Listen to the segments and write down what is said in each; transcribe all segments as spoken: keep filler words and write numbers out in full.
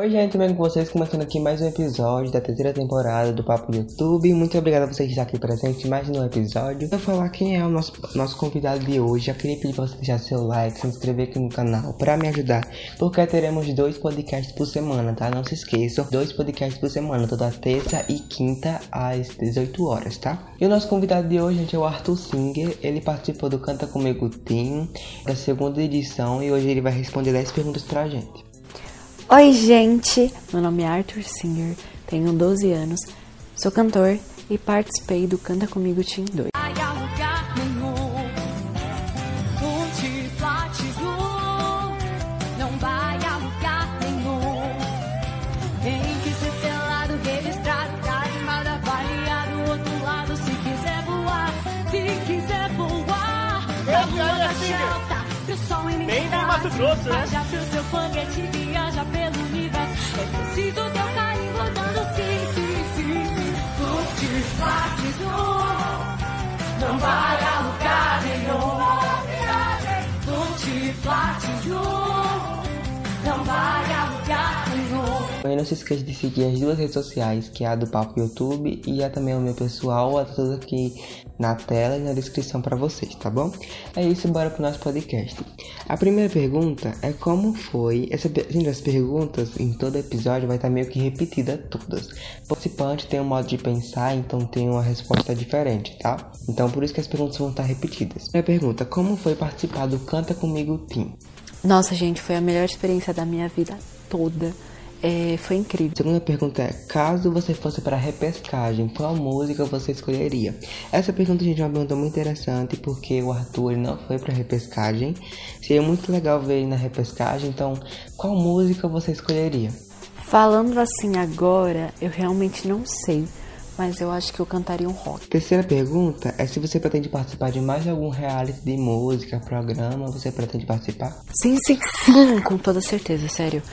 Oi gente, tudo bem com vocês? Começando aqui mais um episódio da terceira temporada do Papo YouTube. Muito obrigado a vocês que estão aqui presentes mais um episódio. Eu vou falar quem é o nosso, nosso convidado de hoje. Já queria pedir para você deixar seu like, se inscrever aqui no canal para me ajudar, porque teremos dois podcasts por semana, tá? Não se esqueçam, dois podcasts por semana, toda terça e quinta às dezoito horas, tá? E o nosso convidado de hoje, gente, é o Arthur Singer. Ele participou do Canta Comigo Team, da segunda edição, e hoje ele vai responder dez perguntas pra gente. Oi gente, meu nome é Arthur Singer, tenho doze anos, sou cantor e participei do Canta Comigo Team dois. Nem no Mato Grosso, né? Viaja pro seu foguete, viaja pelo universo. É preciso teu carinho rodando, sim, sim, sim, sim. Curte, parte, não vai a lugar nenhum. Curte, parte, não vai a lugar nenhum. E não se esqueça de seguir as duas redes sociais, que é a do Papo YouTube e a também o meu pessoal, a tudo aqui na tela e na descrição para vocês, tá bom? É isso, bora pro nosso podcast. A primeira pergunta é como foi... Essa, gente, as perguntas em todo episódio vai estar meio que repetida todas. O participante tem um modo de pensar, então tem uma resposta diferente, tá? Então por isso que as perguntas vão estar repetidas. A pergunta, como foi participar do Canta Comigo Team? Nossa gente, foi a melhor experiência da minha vida toda. É, foi incrível. A segunda pergunta é, caso você fosse para a repescagem, qual música você escolheria? Essa pergunta, gente, é uma pergunta muito interessante, porque o Arthur ele não foi para a repescagem. Seria muito legal ver ele na repescagem, então qual música você escolheria? Falando assim agora, eu realmente não sei, mas eu acho que eu cantaria um rock. Terceira pergunta é se você pretende participar de mais algum reality de música, programa, você pretende participar? Sim, sim, sim, com toda certeza, sério.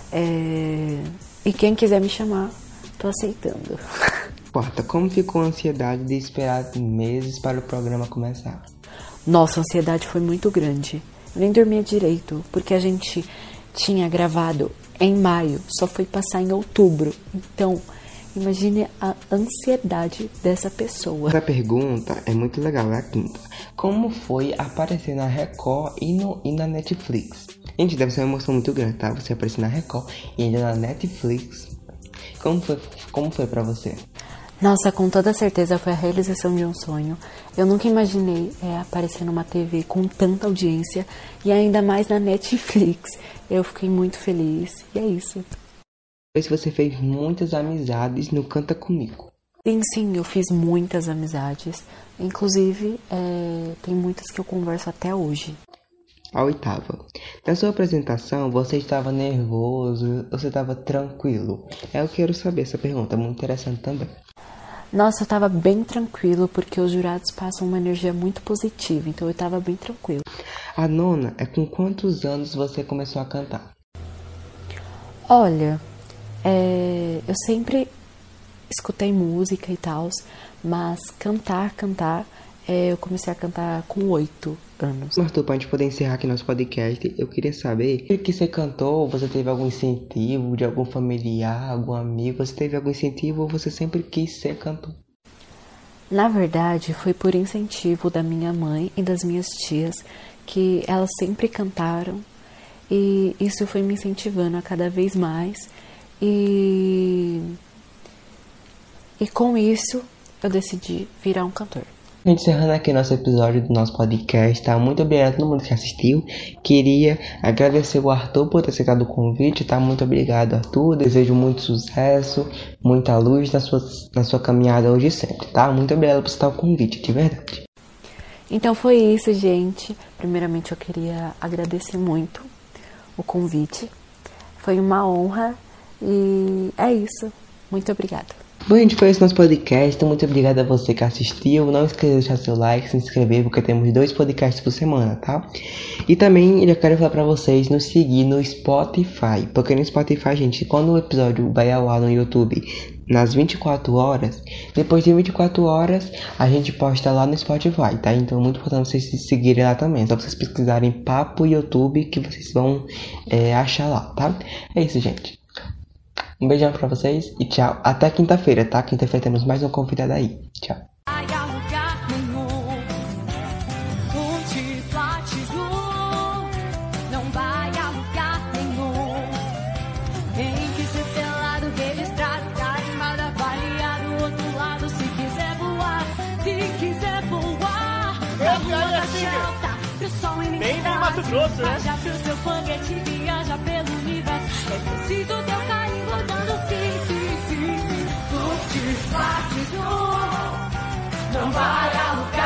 É... E quem quiser me chamar, tô aceitando. Quarta, como ficou a ansiedade de esperar meses para o programa começar? Nossa, a ansiedade foi muito grande. Eu nem dormia direito, porque a gente tinha gravado em maio, só foi passar em outubro. Então, imagine a ansiedade dessa pessoa. Essa pergunta é muito legal, é a quinta. Como foi aparecer na Record e, no, e na Netflix? Gente, deve ser uma emoção muito grande, tá? Você aparecer na Record e ainda na Netflix. Como foi, como foi pra você? Nossa, com toda certeza foi a realização de um sonho. Eu nunca imaginei é, aparecer numa T V com tanta audiência e ainda mais na Netflix. Eu fiquei muito feliz e é isso. Se você fez muitas amizades no Canta Comigo. Sim, sim, eu fiz muitas amizades. Inclusive, é, tem muitas que eu converso até hoje. A oitava. Na sua apresentação, você estava nervoso ou você estava tranquilo? Eu quero saber essa pergunta, é muito interessante também. Nossa, eu tava bem tranquilo, porque os jurados passam uma energia muito positiva, então eu tava bem tranquilo. A nona é com quantos anos você começou a cantar? Olha, é, eu sempre escutei música e tal, mas cantar, cantar, é, eu comecei a cantar com oito anos. Arthur, para a gente poder encerrar aqui nosso podcast, eu queria saber que você cantou, você teve algum incentivo de algum familiar, algum amigo, você teve algum incentivo ou você sempre quis ser cantor? Na verdade, foi por incentivo da minha mãe e das minhas tias, que elas sempre cantaram e isso foi me incentivando a cada vez mais e, e com isso eu decidi virar um cantor. Encerrando aqui nosso episódio do nosso podcast, tá? Muito obrigado a todo mundo que assistiu. Queria agradecer o Arthur por ter aceitado o convite, tá? Muito obrigado, Arthur. Desejo muito sucesso, muita luz na sua, na sua caminhada hoje e sempre, tá? Muito obrigado por aceitar o convite, de verdade. Então foi isso, gente. Primeiramente eu queria agradecer muito o convite. Foi uma honra e é isso. Muito obrigada. Bom, gente, foi esse nosso podcast. Muito obrigado a você que assistiu. Não esqueça de deixar seu like, se inscrever, porque temos dois podcasts por semana, tá? E também eu quero falar pra vocês nos seguir no Spotify. Porque no Spotify, gente, quando o episódio vai ao ar no YouTube nas vinte e quatro horas, depois de vinte e quatro horas a gente posta lá no Spotify, tá? Então é muito importante vocês se seguirem lá também. Só vocês pesquisarem Papo YouTube que vocês vão é, achar lá, tá? É isso, gente. Um beijão pra vocês e tchau. Até quinta-feira, tá? Quinta-feira temos mais um convidado aí. Tchau. Nem nem Mato Grosso, né? Já que o seu foguete viaja pelo universo, é preciso teu carinho dando sim, sim, sim, sim. Curte, bate, não vai a lugar.